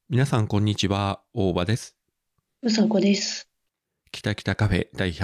皆さん、こんにちは。大場です。 うさこです。 きたきたカフェ第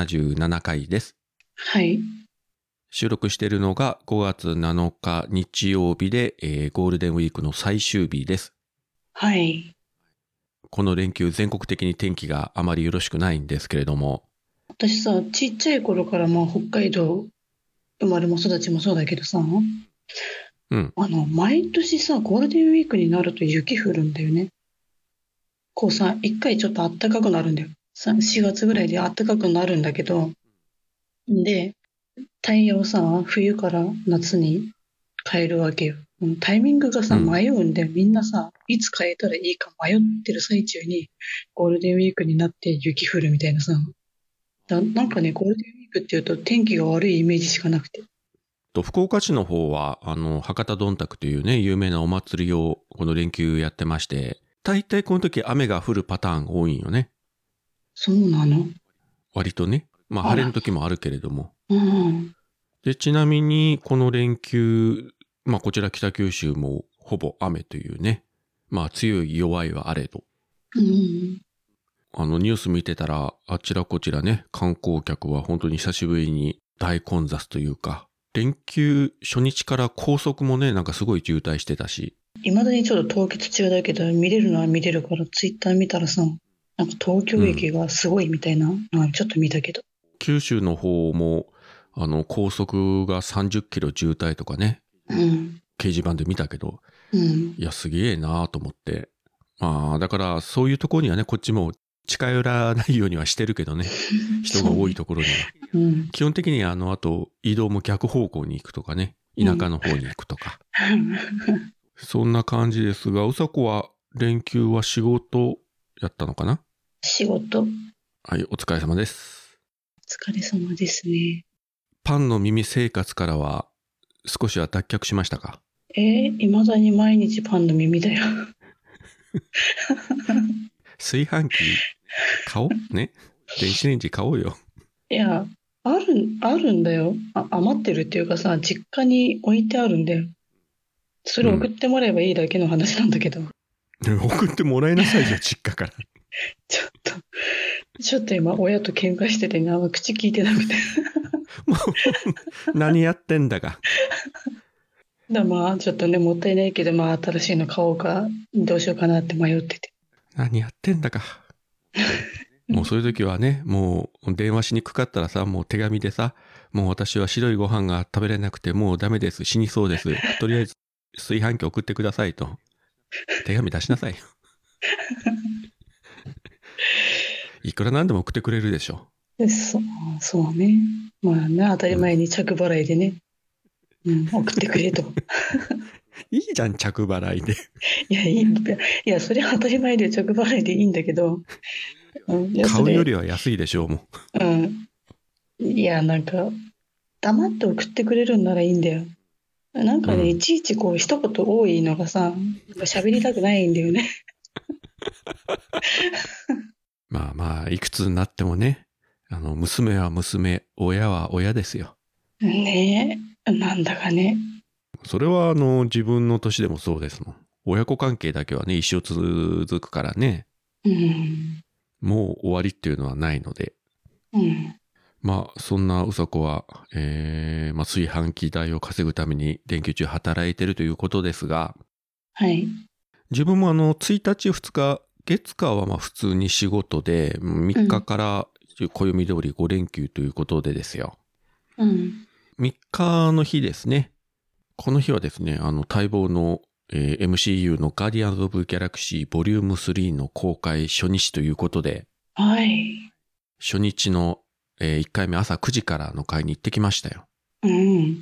177回です。 はい。 収録しているのが5月7日日曜日で、ゴールデンウィークの最終日です。 はい。 この連休、全国的に天気があまりよろしくないんですけれども、 私さ、ちっちゃい頃から北海道生まれも育ちもそうだけどさ、 うん、 毎年さ、ゴールデンウィークになると雪降るんだよね。こうさ、一回ちょっと暖かくなるんだよ。4月ぐらいで暖かくなるんだけど、で、タイヤをさ、冬から夏に変えるわけよ。タイミングがさ、 うん。 迷うんで、みんなさ、いつ変えたらいいか迷ってる最中に、ゴールデンウィークになって雪降るみたいなさ、なんかね、ゴールデンウィークっていうと天気が悪いイメージしかなくて。 福岡市の方は、博多どんたくというね、有名なお祭りをこの連休やってまして、大体この時雨が降るパターンが多いんよね。 そうなの？ 割とね。まあ晴れのあら、 時もあるけれども。 うん、 で、ちなみに、この連休、まあ、こちら北九州もほぼ雨というね。まあ、強い弱いはあれと。 うん。 ニュース見てたら、あちらこちらね、観光客は本当に久しぶりに大混雑というか、連休初日から高速もね、なんかすごい渋滞してたし、 いまだにちょっと凍結中だけど、見れるのは見れるから、ツイッター見たらさ、なんか東京うん。 駅がすごいみたいなのはちょっと見たけど。 九州の方も、高速が30キロ渋滞とかね、 うん、 掲示板で見たけど、 うん。 いや、すげえなーと思って。まあ、だからそういうところにはね、こっちも近寄らないようにはしてるけどね。人が多いそうね。 ところには。 うん。 基本的にあと移動も逆方向に行くとかね。田舎うん。 の方に行くとか。そんな感じですが、うさこは連休は仕事やったのかな？ 仕事、おはい、お疲れ様です。 疲れ様ですね。 パンの耳生活からは少しは脱却しましたか？ いまだに毎日パンの耳だよ。 炊飯器買おうね。電子レンジ買おうよ。 いや、あるんだよ。余ってるっていうかさ、実家に置いてあるんだよ。それ送っうん。 てもらえばいいだけの話なんだけど。 送ってもらいなさいよ、実家から。 ちょっと、ちょっと今、親と喧嘩しててね、口聞いてなくて。 もう、何やってんだか。 ちょっとね、もったいないけど、新しいの買おうか、どうしようかなって迷ってて。 何やってんだか。もうそういう時はね、もう電話しにくかったらさ、もう手紙でさ、もう私は白いご飯が食べれなくてもうダメです。死にそうです。とりあえず炊飯器送ってくださいと。手紙出しなさいよ。いくらなんでも送ってくれるでしょ。 そうね。当たりうん。 前に着払いでね、送ってくれと。 いいじゃん、着払いで。 いや、それは当たり前で着払いでいいんだけど、いや、 買うよりは安いでしょう、もうん。いや、なんか、黙って送ってくれるんならいいんだよ。なんう。うかね、いん。 ちいちこう一言多いのがさ、喋りたくないんだよね。 まあまあ、いくつになってもね、娘は娘、親は親ですよ。 ねえ、なんだかね。 それは自分の年でもそうですもん。親子関係だけはね、一生続くからね。 うん、 もう終わりっていうのはないので。 うん、 まあ、そんなうさこは、まあ、炊飯器代を稼ぐために連休中働いてるということですが、 はい、 自分も1日2日、月火はまあ普通に仕事で、3日うん、 から暦通り5連休ということでですよ。 うん。 3日の日ですね。この日はですね、待望の、MCU のガーディアンズ・オブ・ギャラクシーボリューム3の公開初日ということで、 はい、 初日の、1回目朝9時からの会に行ってきましたよ。 うん。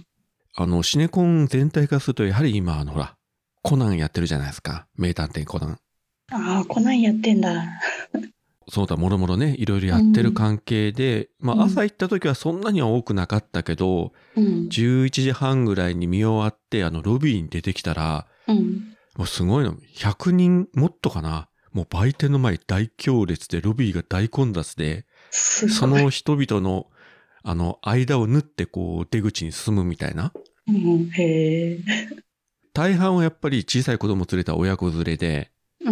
シネコン全体化すると、やはり今、ほら、コナンやってるじゃないですか。名探偵コナン。 ああ、こないやってんだ。 そうだ、もろもろね、いろいろやってるうん、 関係で、まあうん、 朝行った時はそんなには多くなかったけど、 うん、 11時半ぐらいに見終わって、ロビーに出てきたら、 うん。 もうすごいの。100人もっとかな。もう売店の前大行列で、ロビーが大混雑で、そすごい。 の人々の、間を縫ってこう、出口に進むみたいな。 うん、へえ。 大半はやっぱり小さい子供連れた親子連れで、 うん。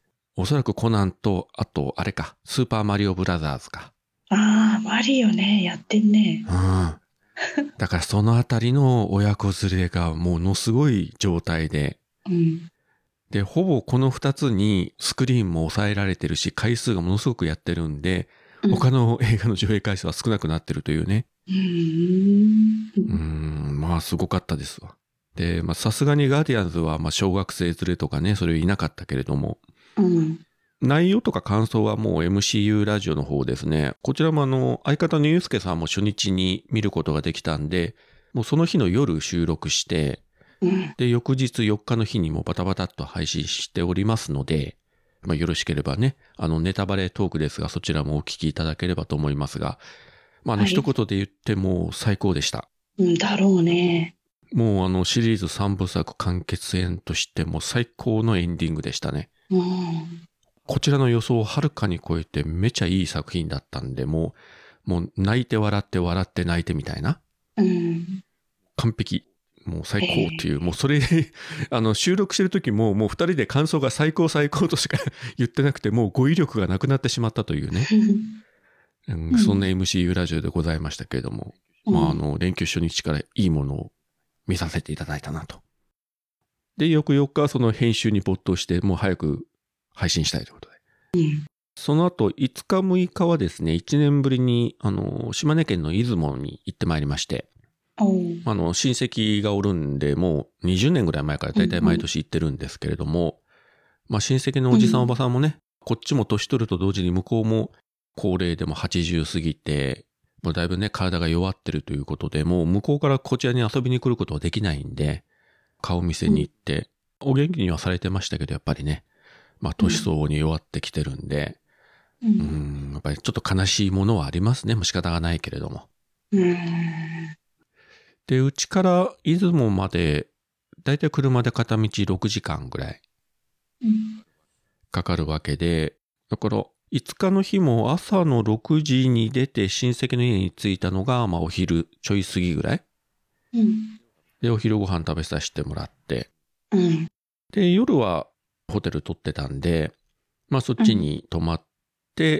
おそらくコナンと、あと、あれか、スーパーマリオブラザーズか。 ああ、マリオね、やってんね。 うん。だからそのあたりの親子連れがものすごい状態で、 うん。 で、ほぼこの2つにスクリーンも抑えられてるし、回数がものすごくやってるんで、 うん。 他の映画の上映回数は少なくなってるというね。 うーん。 まあすごかったですわ。で、まあさすがにガーディアンズはまあ小学生連れとかね、それいなかったけれども、 うん。 内容とか感想はもう MCU ラジオの方ですね。こちらも相方のゆうすけさんも初日に見ることができたんで、もうその日の夜収録して、 うん。 で、翌日4日の日にもバタバタっと配信しておりますので、まあよろしければね、ネタバレトークですが、そちらもお聞きいただければと思いますが、まあはい。 一言で言っても最高でした。 うん、だろうね。 もうシリーズ3部作完結編としても最高のエンディングでしたね。 うん。 こちらの予想をはるかに超えてめちゃいい作品だったんで、もう泣いて笑って笑って泣いてみたいな。 うん。 完璧。もう最高っていう、もうそれ、収録してる時も、もう二人で感想が最高最高としか言ってなくて、もう語彙力がなくなってしまったというね。そんな MCU ラジオでございましたけれども、まあ連休初日からいいものを見させていただいたなと。で、翌4日はその編集に没頭して、もう早く配信したいということで。その後、5日6日はですね、1年ぶりに、島根県の出雲に行ってまいりまして、親戚がおるんで、もう20年ぐらい前からだいたい毎年行ってるんですけれども、まあ親戚のおじさんおばさんもね、こっちも年取ると同時に向こうも高齢でも80過ぎて、もうだいぶね、体が弱ってるということで、もう向こうからこちらに遊びに来ることはできないんで、顔見せに行って、お元気にはされてましたけど、やっぱりね、まあ年相応に弱ってきてるんで、やっぱりちょっと悲しいものはありますね。もう仕方がないけれども。で、うちから出雲まで、だいたい車で片道6時間ぐらいかかるわけで、だから5日の日も朝の6時に出て親戚の家に着いたのが、まあお昼ちょい過ぎぐらい。で、お昼ご飯食べさせてもらって、で、夜はホテル取ってたんで、まあそっちに泊まって、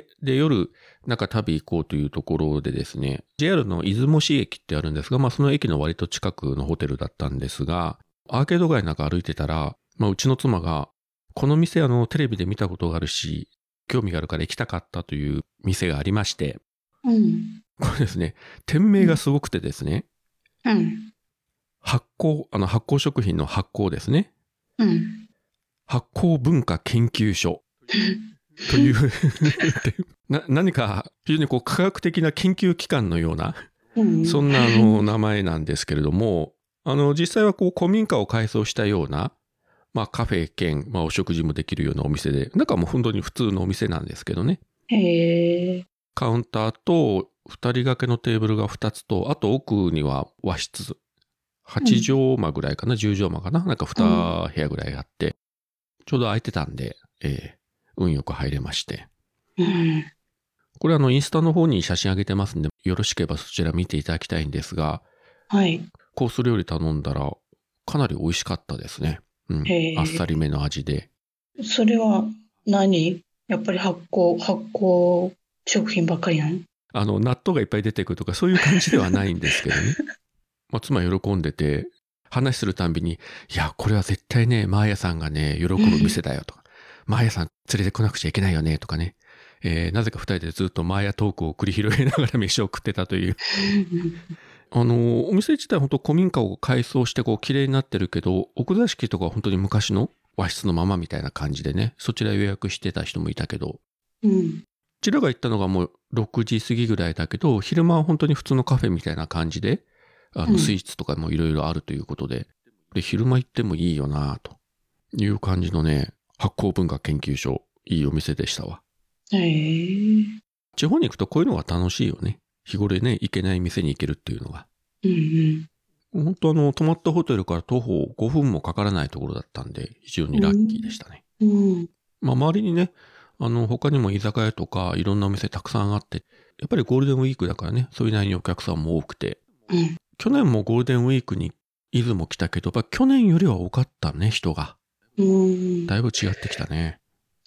で、夜、なんか旅行こうというところでですね、JR の出雲市駅ってあるんですが、まあその駅の割と近くのホテルだったんですが、アーケード街の中歩いてたら、まあうちの妻が、この店テレビで見たことがあるし、興味があるから行きたかったという店がありまして、これですね、店名がすごくてですね、発酵食品の発酵ですね。発酵文化研究所という何か非常に科学的な研究機関のような、そんな名前なんですけれども、実際は古民家を改装したような、まあカフェ兼、まあお食事もできるようなお店で、中も本当に普通のお店なんですけどね。カウンターと2人掛けのテーブルが2つと、あと奥には和室。8畳間ぐらいかな、10畳間かな、なんか2部屋ぐらいあって、ちょうど空いてたんで、運よく入れまして。これインスタの方に写真上げてますんで、よろしければそちら見ていただきたいんですが、コース料理頼んだら、かなり美味しかったですね。あっさりめの味で。 それは何？やっぱり発酵食品ばっかりなの？ 納豆がいっぱい出てくるとか、そういう感じではないんですけどね。まあ、妻喜んでて、話するたんびに、いや、これは絶対ね、マーヤさんがね、喜ぶ店だよとか、マーヤさん連れてこなくちゃいけないよねとかね、なぜか二人でずっとマーヤトークを繰り広げながら飯を食ってたという。お店自体本当古民家を改装して綺麗になってるけど、奥座敷とかは本当に昔の和室のままみたいな感じでね、そちら予約してた人もいたけど、うちらが行ったのがもう6時過ぎぐらいだけど、昼間は本当に普通のカフェみたいな感じで、スイーツとかもいろいろあるということで、昼間行ってもいいよなという感じのね、発酵文化研究所、いいお店でしたわ。地方に行くとこういうのが楽しいよね。日頃ね、行けない店に行けるっていうのが。本当泊まったホテルから徒歩5分もかからないところだったんで、非常にラッキーでしたね。まあ周りにね、他にも居酒屋とかいろんなお店たくさんあって、やっぱりゴールデンウィークだからね、それなりにお客さんも多くて、去年もゴールデンウィークに出雲来たけど、去年よりは多かったね、人が。だいぶ違ってきたね。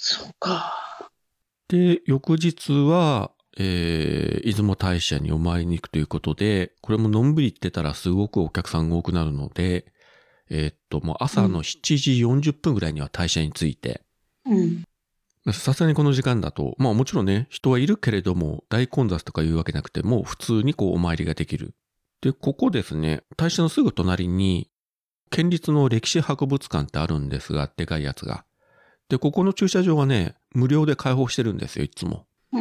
そうか。 で、翌日は、出雲大社にお参りに行くということで、これものんびり行ってたらすごくお客さんが多くなるので、もう朝の7時40分ぐらいには大社に着いて、 うん。 さすがにこの時間だと、まあもちろんね、人はいるけれども、大混雑とかいうわけなくて、もう普通にこうお参りができる。で、ここですね、大社のすぐ隣に、県立の歴史博物館ってあるんですが、でかいやつが。で、ここの駐車場はね、無料で開放してるんですよ、いつも。 うん。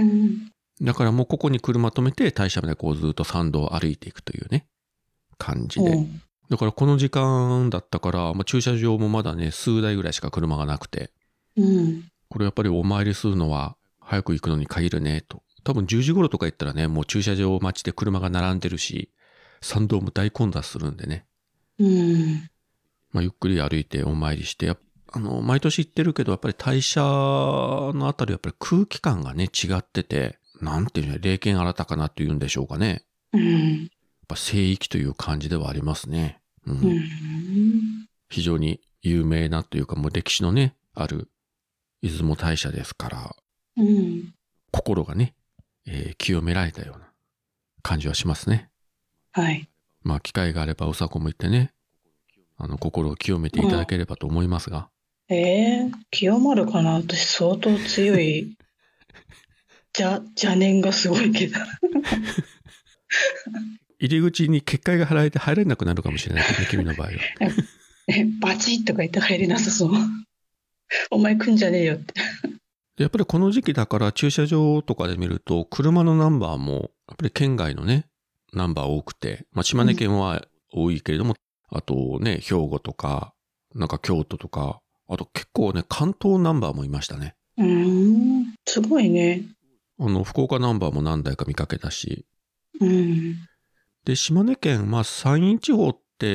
だからもうここに車止めて、大社までこうずっと参道を歩いていくというね、感じで。だからこの時間だったから、まあ、駐車場もまだね、数台ぐらいしか車がなくて、 うん。 これやっぱりお参りするのは早く行くのに限るね、と。多分10時頃とか行ったらね、もう駐車場待ちで車が並んでるし、参道も大混雑するんでね。 うん。 まあ、ゆっくり歩いてお参りして、毎年行ってるけど、やっぱり大社のあたりやっぱり空気感がね、違ってて、なんていうの、霊験新たかなっていうんでしょうかね。 うん。 やっぱ聖域という感じではありますね。うん。 うん。 非常に有名なというか、もう歴史のね、ある出雲大社ですから、 うん。 心がね、清められたような感じはしますね。 はい。 まあ、機会があればうさこも行ってね、心を清めていただければと思いますが。 清まるかな。私相当強い邪念がすごいけど。 入り口に結界が張られて入れなくなるかもしれないけどね、君の場合は。 バチッとか言って入れなさそう。お前来んじゃねえよって。 やっぱりこの時期だから駐車場とかで見ると、車のナンバーも、やっぱり県外のね、ナンバー多くて、まあ、島根県は多いけれども、あとね、兵庫とか、なんか京都とか、あと結構ね、関東ナンバーもいましたね。 すごいね。 福岡ナンバーも何台か見かけたし。 うん。 で、島根県、まあ、山陰地方って、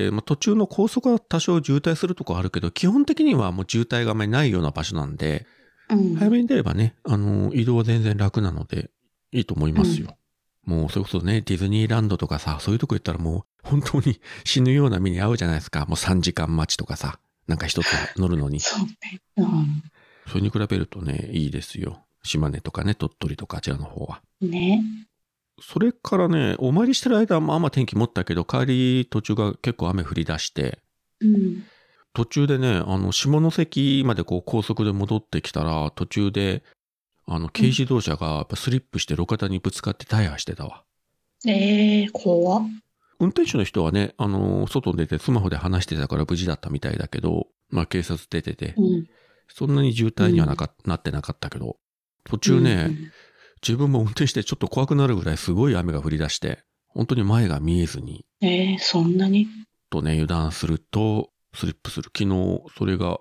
まあ、途中の高速が多少渋滞するとこあるけど、基本的にはもう渋滞があまりないような場所なんで、早めに出ればね、移動は全然楽なので、いいと思いますよ。もう、それこそね、ディズニーランドとかさ、そういうとこ行ったらもう、本当に死ぬような目に遭うじゃないですか。もう3時間待ちとかさ、なんか一つ乗るのに。 そうね。 それに比べるとね、いいですよ。島根とかね、鳥取とかあちらの方は。 ね。 それからね、お参りしてる間はまあまあ天気持ったけど、帰り途中が結構雨降り出して、途中でね、下関までこう高速で戻ってきたら、途中で、軽自動車がやっぱスリップして路肩にぶつかって大破してたわ。 怖っ。 運転手の人はね、外に出てスマホで話してたから無事だったみたいだけど、まあ警察出てて、そんなに渋滞にはなってなかったけど、途中ね、自分も運転してちょっと怖くなるぐらいすごい雨が降り出して、本当に前が見えずに。 そんなにとね、油断するとスリップする。昨日、それが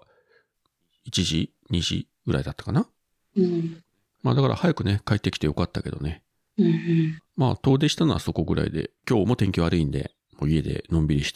1時、2時ぐらいだったかな。まあだから早くね、帰ってきてよかったけどね。まあ遠出したのはそこぐらいで、今日も天気悪いんで、もう家でのんびりして、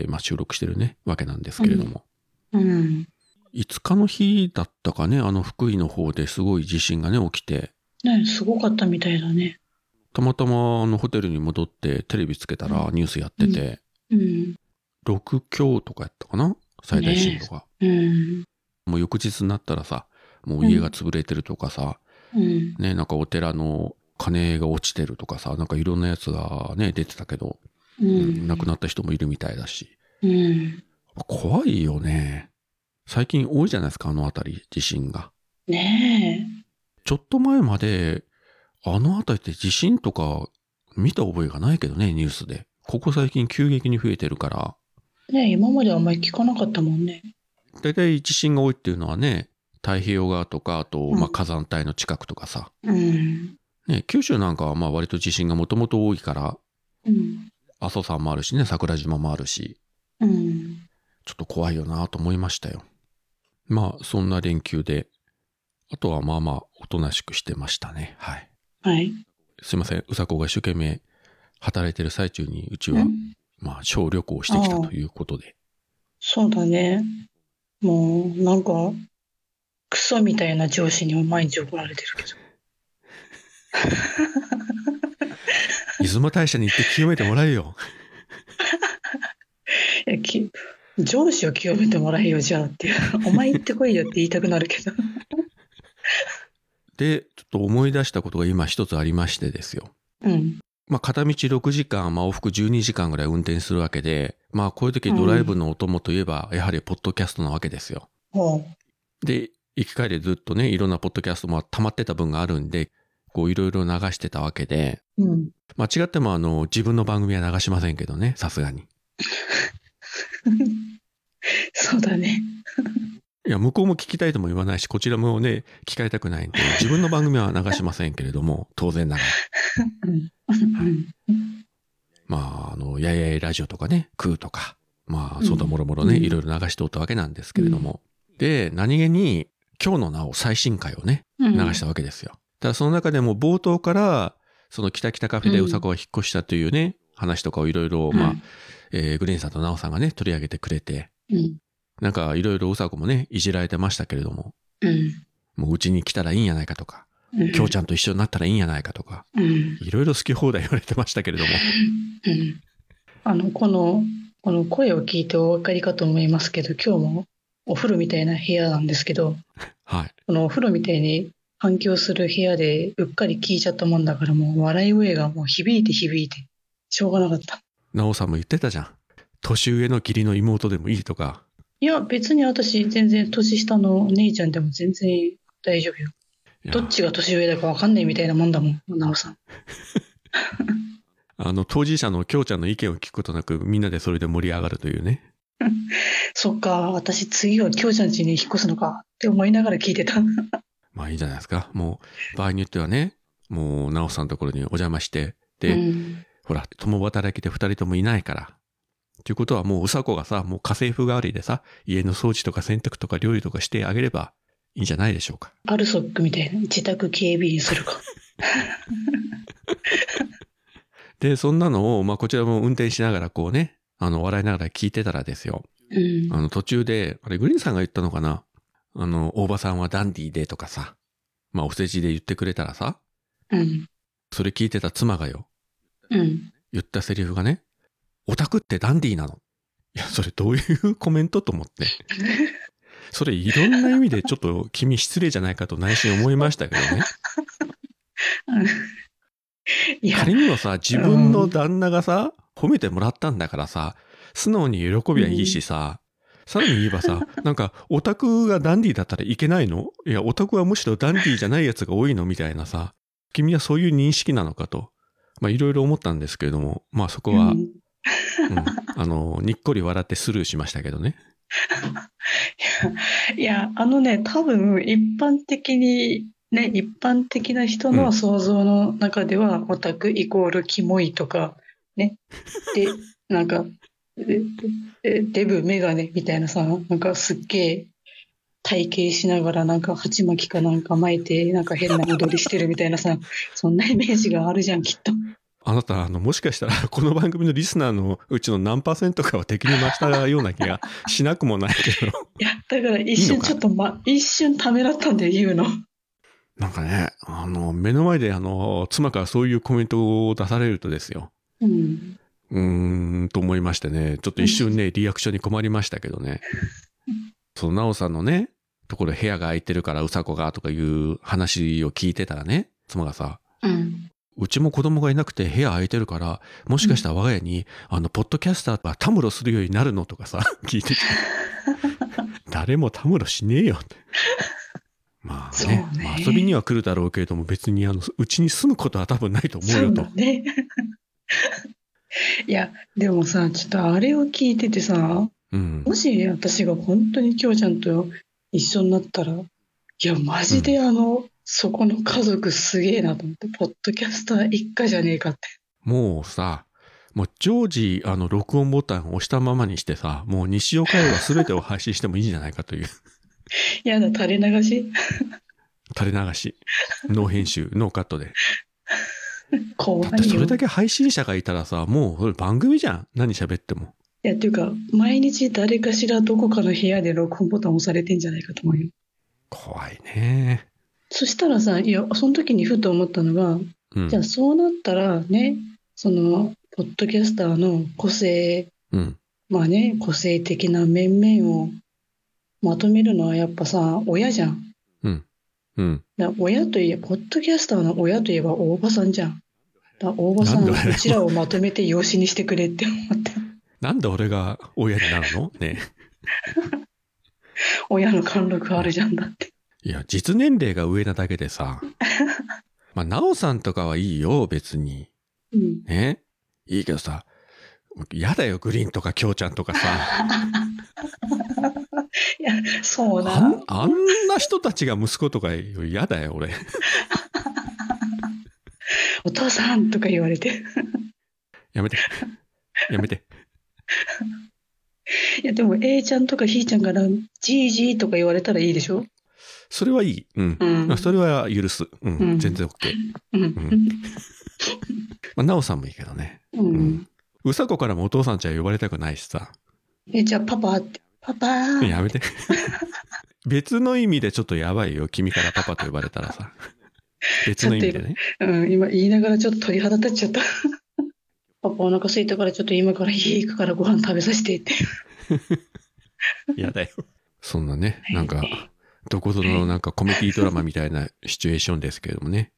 まあ収録してるね、わけなんですけれども。5日の日だったかね、福井の方ですごい地震がね、起きて。 すごかったみたいだね。 たまたまホテルに戻ってテレビつけたらニュースやってて、6強とかやったかな、最大震度が。もう翌日になったらさ、もう家が潰れてるとかさ、ね、なんかお寺の鐘が落ちてるとかさ、なんかいろんなやつがね、出てたけど、亡くなった人もいるみたいだし。怖いよね。最近多いじゃないですか、あの辺り、地震が。ちょっと前まで、あの辺りって地震とか見た覚えがないけどね、ニュースで。ここ最近急激に増えてるから。 今まであんまり聞かなかったもんね。 だいたい地震が多いっていうのはね、太平洋側とか、あと、まあ火山帯の近くとかさ。ね、九州なんかはまあ割と地震がもともと多いから、阿蘇山もあるしね、桜島もあるし。ちょっと怖いよなと思いましたよ。まあ、そんな連休で、あとはまあまあ、おとなしくしてましたね。はい。すいません。うさこが一生懸命働いてる最中に、うちは、まあ、小旅行してきたということで。 そうだね。もう、なんか、クソみたいな上司にも毎日怒られてるけど。 出雲大社に行って清めてもらえよ。 上司を清めてもらえよ、じゃあっていう。お前行ってこいよって言いたくなるけど。 で、ちょっと思い出したことが今一つありましてですよ。 うん。 片道6時間、往復12時間ぐらい運転するわけで、こういう時ドライブのお供といえば、やはりポッドキャストなわけですよ。で、行き帰りずっとね、いろんなポッドキャストも溜まってた分があるんで、こういろいろ流してたわけで、間違っても自分の番組は流しませんけどね、さすがに。 そうだね。 いや、向こうも聞きたいとも言わないし、こちらもね、聞かれたくないんで、自分の番組は流しませんけれども、当然ながら。ややいラジオとかね、クーとか、そうだもろもろね、いろいろ流しておったわけなんですけれども。で、何気に、今日のなお最新回をね、流したわけですよ。ただその中でも冒頭から、その北北カフェでうさこが引っ越したというね、話とかをいろいろ、グリーンさんとナオさんがね、取り上げてくれて、なんかいろいろうさこもね、いじられてましたけれども、もううちに来たらいいんやないかとか、きょうちゃんと一緒になったらいいんやないかとか、いろいろ好き放題言われてましたけれども。 この声を聞いてお分かりかと思いますけど、今日もお風呂みたいな部屋なんですけど、 はい。 このお風呂みたいに反響する部屋でうっかり聞いちゃったもんだから、もう笑い声がもう響いてしょうがなかった。 ナオさんも言ってたじゃん。年上の義理の妹でもいいとか。 いや、別に私全然年下の姉ちゃんでも全然大丈夫よ。どっちが年上だか分かんないみたいなもんだもん、ナオさん。 当事者のきょうちゃんの意見を聞くことなく、みんなでそれで盛り上がるというね。 そっか、私次はきょうちゃん家に引っ越すのかって思いながら聞いてた。 まあいいじゃないですか。もう、場合によってはね、もう、ナオさんのところにお邪魔して、で、ほら、共働きで二人ともいないから。ということはもう、うさこがさ、もう家政婦代わりでさ、家の掃除とか洗濯とか料理とかしてあげればいいんじゃないでしょうか。 アルソックみたいな自宅警備員するか。 で、そんなのを、こちらも運転しながらこうね、笑いながら聞いてたらですよ。途中で、あれ、グリーンさんが言ったのかな？大場さんはダンディーでとかさ、お世辞で言ってくれたらさ、それ聞いてた妻がよ、言ったセリフがね、オタクってダンディーなの。いや、それどういうコメントと思って。それいろんな意味でちょっと君失礼じゃないかと内心思いましたけどね。仮にもさ、自分の旦那がさ、褒めてもらったんだからさ、素直に喜びはいいしさ、さらに言えばさ、なんかオタクがダンディーだったらいけないの？いや、オタクはむしろダンディーじゃないやつが多いのみたいなさ、君はそういう認識なのかと、いろいろ思ったんですけれども、そこは、にっこり笑ってスルーしましたけどね。 いや、多分一般的にね、一般的な人の想像の中では、オタクイコールキモいとか、ね。で、なんか、デブメガネみたいなさ、なんかすっげえ体型しながらなんか鉢巻きかなんか巻いて、なんか変な踊りしてるみたいなさ、そんなイメージがあるじゃん、きっと。 あなた、もしかしたら、この番組のリスナーのうちの何%かは敵に回したような気がしなくもないけど。 いや、だから一瞬ちょっと一瞬ためらったんだよ、言うの。 なんかね、目の前で妻からそういうコメントを出されるとですよ。と思いましてね、ちょっと一瞬ね、リアクションに困りましたけどね。その、なおさんのね、ところ部屋が空いてるからうさこがとかいう話を聞いてたらね、妻がさ、うちも子供がいなくて部屋空いてるから、もしかしたら我が家に、ポッドキャスターがたむろするようになるのとかさ、聞いてて。誰もたむろしねえよって。遊びには来るだろうけれども、別にうちに住むことは多分ないと思うよと。 そうね。いや、でもさ、ちょっとあれを聞いててさ、もし私が本当にきょうちゃんと一緒になったら、いや、マジでそこの家族すげえなと思って、ポッドキャスター一家じゃねえかって。 もうさ、もう常時録音ボタンを押したままにしてさ、もう日常会話全てを配信してもいいんじゃないかという。 やだ、垂れ流し垂れ流し。ノー編集、ノーカットで。 怖いよ。 だってそれだけ配信者がいたらさ、もうそれ番組じゃん。何喋っても。 いや、っていうか、毎日誰かしらどこかの部屋で録音ボタン押されてんじゃないかと思うよ。 怖いね。 そしたらさ、いや、その時にふと思ったのが、じゃあそうなったらね、その、ポッドキャスターの個性、個性的な面々をまとめるのはやっぱさ、親じゃん。 うん。 親といえば、ポッドキャスターの親といえば大場さんじゃん。大場さん、 なんでうちらをまとめて養子にしてくれって思って。 なんで俺が親になるのね。 親の貫禄あるじゃんだって。 いや、実年齢が上なだけでさ。まあ、なおさんとかはいいよ、別に。 うん。 ね。いいけどさ、やだよ、グリーンとかキョウちゃんとかさ。 いや、そうだ。 あんな人たちが息子とか嫌だよ、俺。 お父さんとか言われて。 やめて。やめて。 いや、でも A ちゃんとかひーちゃんからじいじいとか言われたらいいでしょ。 それはいい。うん。 うんそれは許す。うん。 うん全然 OK。 うんまあ、なおさんもいいけどね。 うんうさこからもお父さんちは呼ばれたくないしさ。 じゃあパパってパパー。 やめて。別の意味でちょっとやばいよ。君からパパと呼ばれたらさ。別の意味でね。 今言いながらちょっと鳥肌立っちゃった。パパお腹空いたからちょっと今から家行くからご飯食べさせてって。 やだよ。そんなね、なんか、どこぞのなんかコメディドラマみたいなシチュエーションですけれどもね。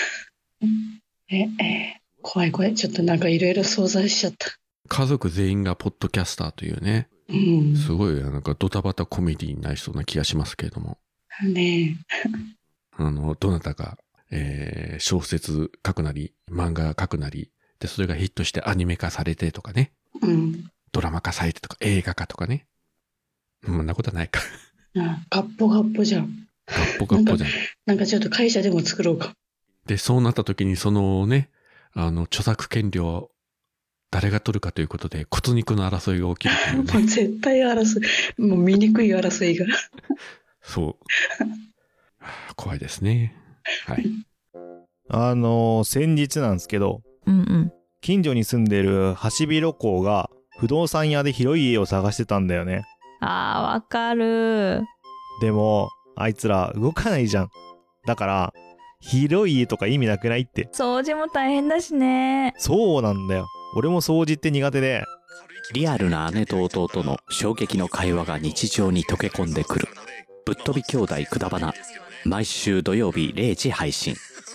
怖い怖い。ちょっとなんかいろいろ想像しちゃった。 家族全員がポッドキャスターというね、 うん。 すごいなんかドタバタコメディになりそうな気がしますけれども。 ねどなたか、小説書くなり、漫画書くなり、で、それがヒットしてアニメ化されてとかね、 え。うん。 ドラマ化されてとか、映画化とかね。そんなことはないか。 ガッポガッポじゃん。 ガッポガッポじゃん。 なんかちょっと会社でも作ろうか。 で、そうなった時にそのね、著作権料を誰が取るかということで骨肉の争いが起きるというもうね。 絶対争い。もう醜い争いが。 そう。怖いですね。はい。 先日なんですけど、 うんうん。 近所に住んでるハシビロコウが不動産屋で広い家を探してたんだよね。 あー、わかる。 でも、あいつら動かないじゃん。だから、広い家とか意味なくないって。 掃除も大変だしね。 そうなんだよ。俺も掃除って苦手で。 リアルな姉と弟の衝撃の会話が日常に溶け込んでくる。ぶっ飛び兄弟くだばな。毎週土曜日0時配信。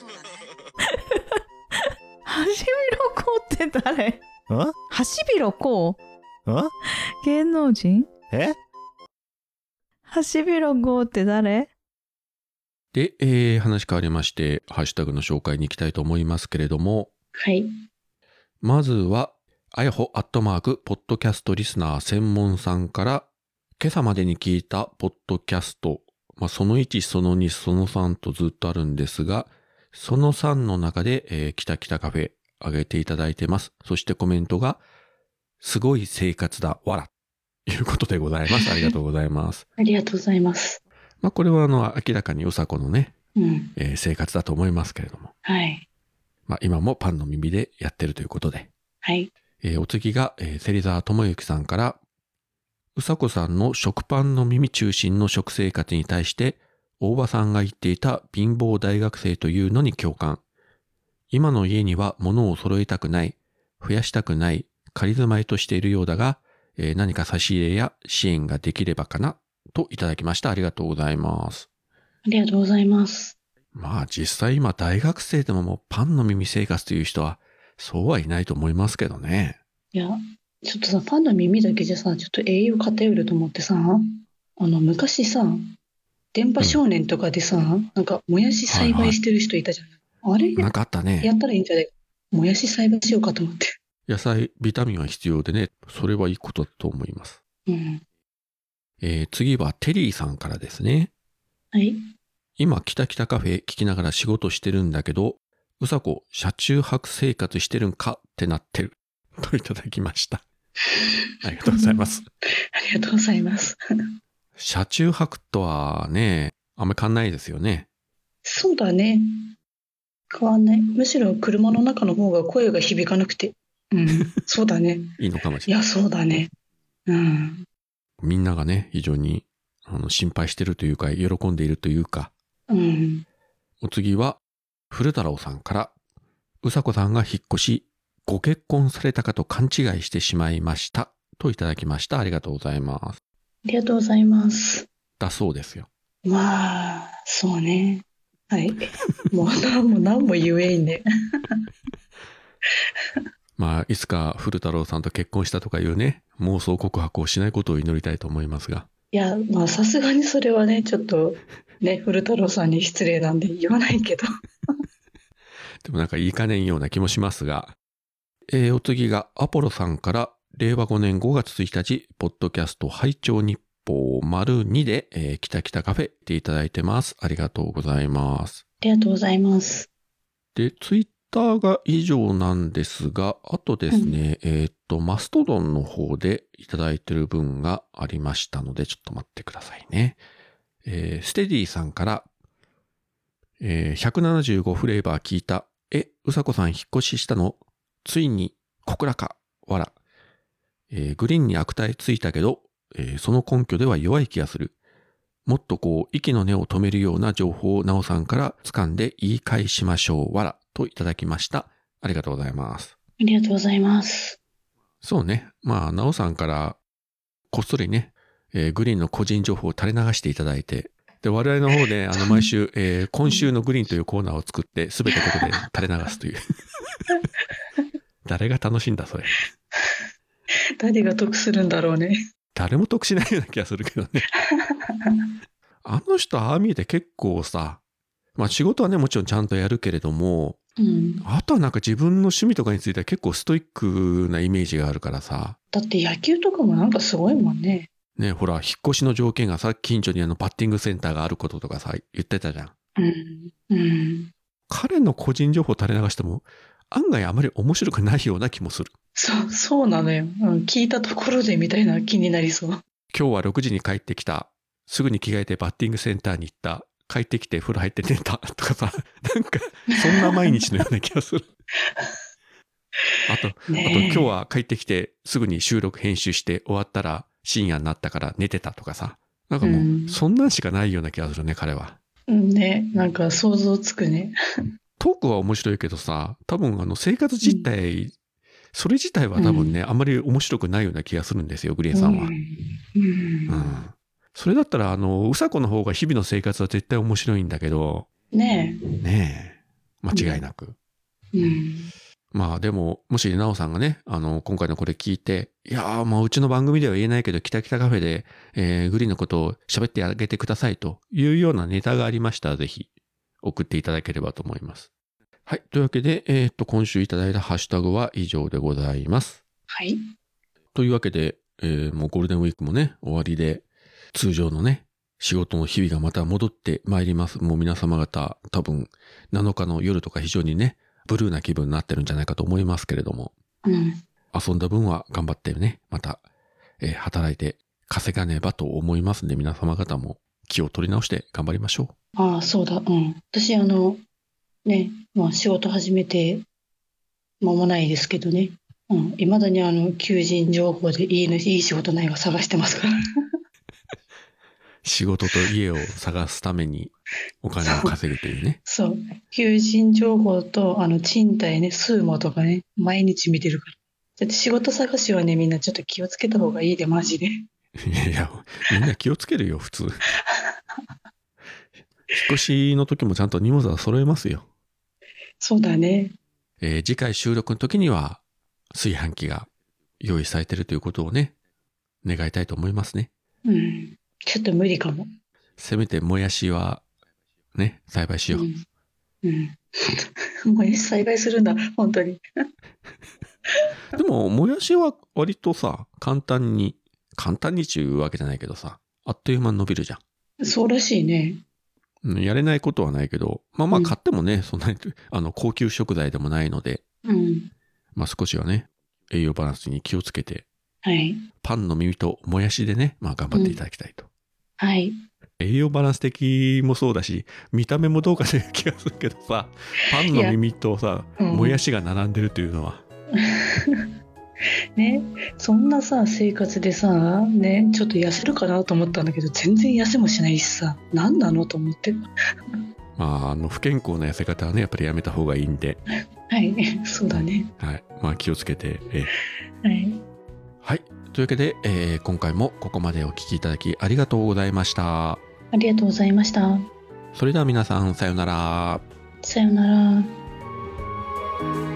ハシビロコウって誰？ んハシビロコウ？ ん芸能人？ えハシビロコウって誰？ で、話変わりまして、ハッシュタグの紹介に行きたいと思いますけれども、 はい。 まずは、あやほポッドキャストリスナー専門さんから、今朝までに聞いたポッドキャスト、その1、その2、その3とずっとあるんですが、その3の中で、キタキタカフェ上げていただいてます。そしてコメントが、すごい生活だ、わら。ということでございます。ありがとうございます。 ありがとうございます。 これは明らかにうさこのね、 うん。 生活だと思いますけれども。 はい。 今もパンの耳でやってるということで。 はい。 お次が、芹沢智之さんから、うさこさんの食パンの耳中心の食生活に対して、大場さんが言っていた貧乏大学生というのに共感。今の家には物を揃えたくない、増やしたくない、仮住まいとしているようだが、何か差し入れや支援ができればかな、といただきました。ありがとうございます。 ありがとうございます。 実際今大学生でももうパンの耳生活という人は、そうはいないと思いますけどね。 いや、ちょっとさ、パンの耳だけじゃさ、ちょっと栄養偏ると思ってさ、昔さ、電波少年とかでさ、なんか、もやし栽培してる人いたじゃない。あれなんかあったね。 やったらいいんじゃないか。もやし栽培しようかと思って。 野菜、ビタミンは必要でね、それはいいことだと思います。 うん。 次はテリーさんからですね。 はい。 今、キタキタカフェ聞きながら仕事してるんだけど、うさこ、車中泊生活してるんかってなってる。といただきました。ありがとうございます。 ありがとうございます。 車中泊とはね、あんまり変わんないですよね。 そうだね。変わんない。むしろ車の中の方が声が響かなくて。うん。そうだね。 いいのかもしれない。 いや、そうだね。うん。 みんながね、非常に心配してるというか、喜んでいるというか。 うん。 お次は、古太郎さんから、うさこさんが引っ越し、ご結婚されたかと勘違いしてしまいました。といただきました。ありがとうございます。 ありがとうございます。 だそうですよ。 まあ、そうね。 はい。もう何も言えんね。 まあ、いつか古太郎さんと結婚したとかいうね、妄想告白をしないことを祈りたいと思いますが。 いや、まあさすがにそれはね、ちょっとね、古太郎さんに失礼なんで言わないけど。 でもなんか言いかねんような気もしますが。お次がアポロさんから令和5年5月1日、ポッドキャスト拝聴日報丸2で、キタキタカフェっていただいてます。ありがとうございます。 ありがとうございます。 で、ツイッターが以上なんですが、あとですね、マストドンの方でいただいてる分がありましたので、ちょっと待ってくださいね。ステディさんから、175フレーバー聞いた。うさこさん引っ越ししたの？ついに小倉か。わら。グリーンに悪態ついたけど、その根拠では弱い気がする。もっと息の根を止めるような情報をなおさんから掴んで言い返しましょう。わら。といただきました。ありがとうございます。 ありがとうございます。 そうね。まあ、なおさんからこっそりね、グリーンの個人情報を垂れ流していただいて、で、我々の方で毎週、今週のグリーンというコーナーを作って、すべてここで垂れ流すという。誰が楽しいんだ、それ。 誰が得するんだろうね。 誰も得しないような気がするけどね。あの人、ああ見えて結構さ、まあ仕事はね、もちろんちゃんとやるけれども、あとはなんか自分の趣味とかについては結構ストイックなイメージがあるからさ。 だって野球とかもなんかすごいもんね。 ね、ほら、引っ越しの条件がさ、近所にバッティングセンターがあることとかさ、言ってたじゃん。彼の個人情報垂れ流しても、案外あまり面白くないような気もする。 そうなのよ。聞いたところでみたいな気になりそう。 今日は6時に帰ってきた。すぐに着替えてバッティングセンターに行った。帰ってきて風呂入って寝た。とかさ、なんか、そんな毎日のような気がする。あと今日は帰ってきてすぐに収録編集して終わったら深夜になったから寝てたとかさ。なんかもう、そんなんしかないような気がするね、彼は。 ね、なんか想像つくね。 トークは面白いけどさ、多分生活実態、それ自体は多分ね、あんまり面白くないような気がするんですよ、グリーンさんは。それだったら、うさこの方が日々の生活は絶対面白いんだけど、ねえ、間違いなく。まあでも、もしなおさんがね、今回のこれ聞いて、いやー、まあうちの番組では言えないけど、キタキタカフェで、グリーンのことを喋ってあげてくださいというようなネタがありましたら、ぜひ送っていただければと思います。はい。というわけで、今週いただいたハッシュタグは以上でございます。 はい。 というわけで、もうゴールデンウィークもね、終わりで、通常のね、仕事の日々がまた戻ってまいります。もう皆様方、多分、7日の夜とか非常にね、ブルーな気分になってるんじゃないかと思いますけれども、遊んだ分は頑張ってね、また、働いて稼がねばと思いますんで、皆様方も気を取り直して頑張りましょう。ああ、そうだ。私ね、まあ仕事始めて間もないですけどね。未だに求人情報でいい仕事ないか探してますから。 仕事と家を探すためにお金を稼ぐというね。 そう。求人情報と賃貸ね、スーモとかね、毎日見てるから。だって仕事探しはね、みんなちょっと気をつけた方がいいで、マジで。 いや、みんな気をつけるよ、普通。引っ越しの時もちゃんと荷物は揃えますよ。 そうだね。 次回収録の時には炊飯器が用意されてるということをね、願いたいと思いますね。 ちょっと無理かも。 せめてもやしはね、栽培しよう。もやし栽培するんだ、本当に。 でも、もやしは割とさ、簡単にちゅうわけじゃないけどさ、あっという間に伸びるじゃん。そうらしいね。 やれないことはないけど、まあ買ってもね、そんなに高級食材でもないので、まあ少しはね、栄養バランスに気をつけて、パンの耳ともやしでね、まあ頑張っていただきたいと。栄養バランス的もそうだし、見た目もどうかという気がするけどさ、パンの耳とさ、もやしが並んでるというのは。 ね、そんなさ生活でさ、ね、ちょっと痩せるかなと思ったんだけど、全然痩せもしないしさ、何なのと思って。 まあ不健康な痩せ方はね、やっぱりやめた方がいいんで。 はい、そうだね。 はい、まあ気をつけて。 はい。 というわけで、今回もここまでお聞きいただきありがとうございました。 ありがとうございました。 それでは皆さん、さようなら。 さよなら。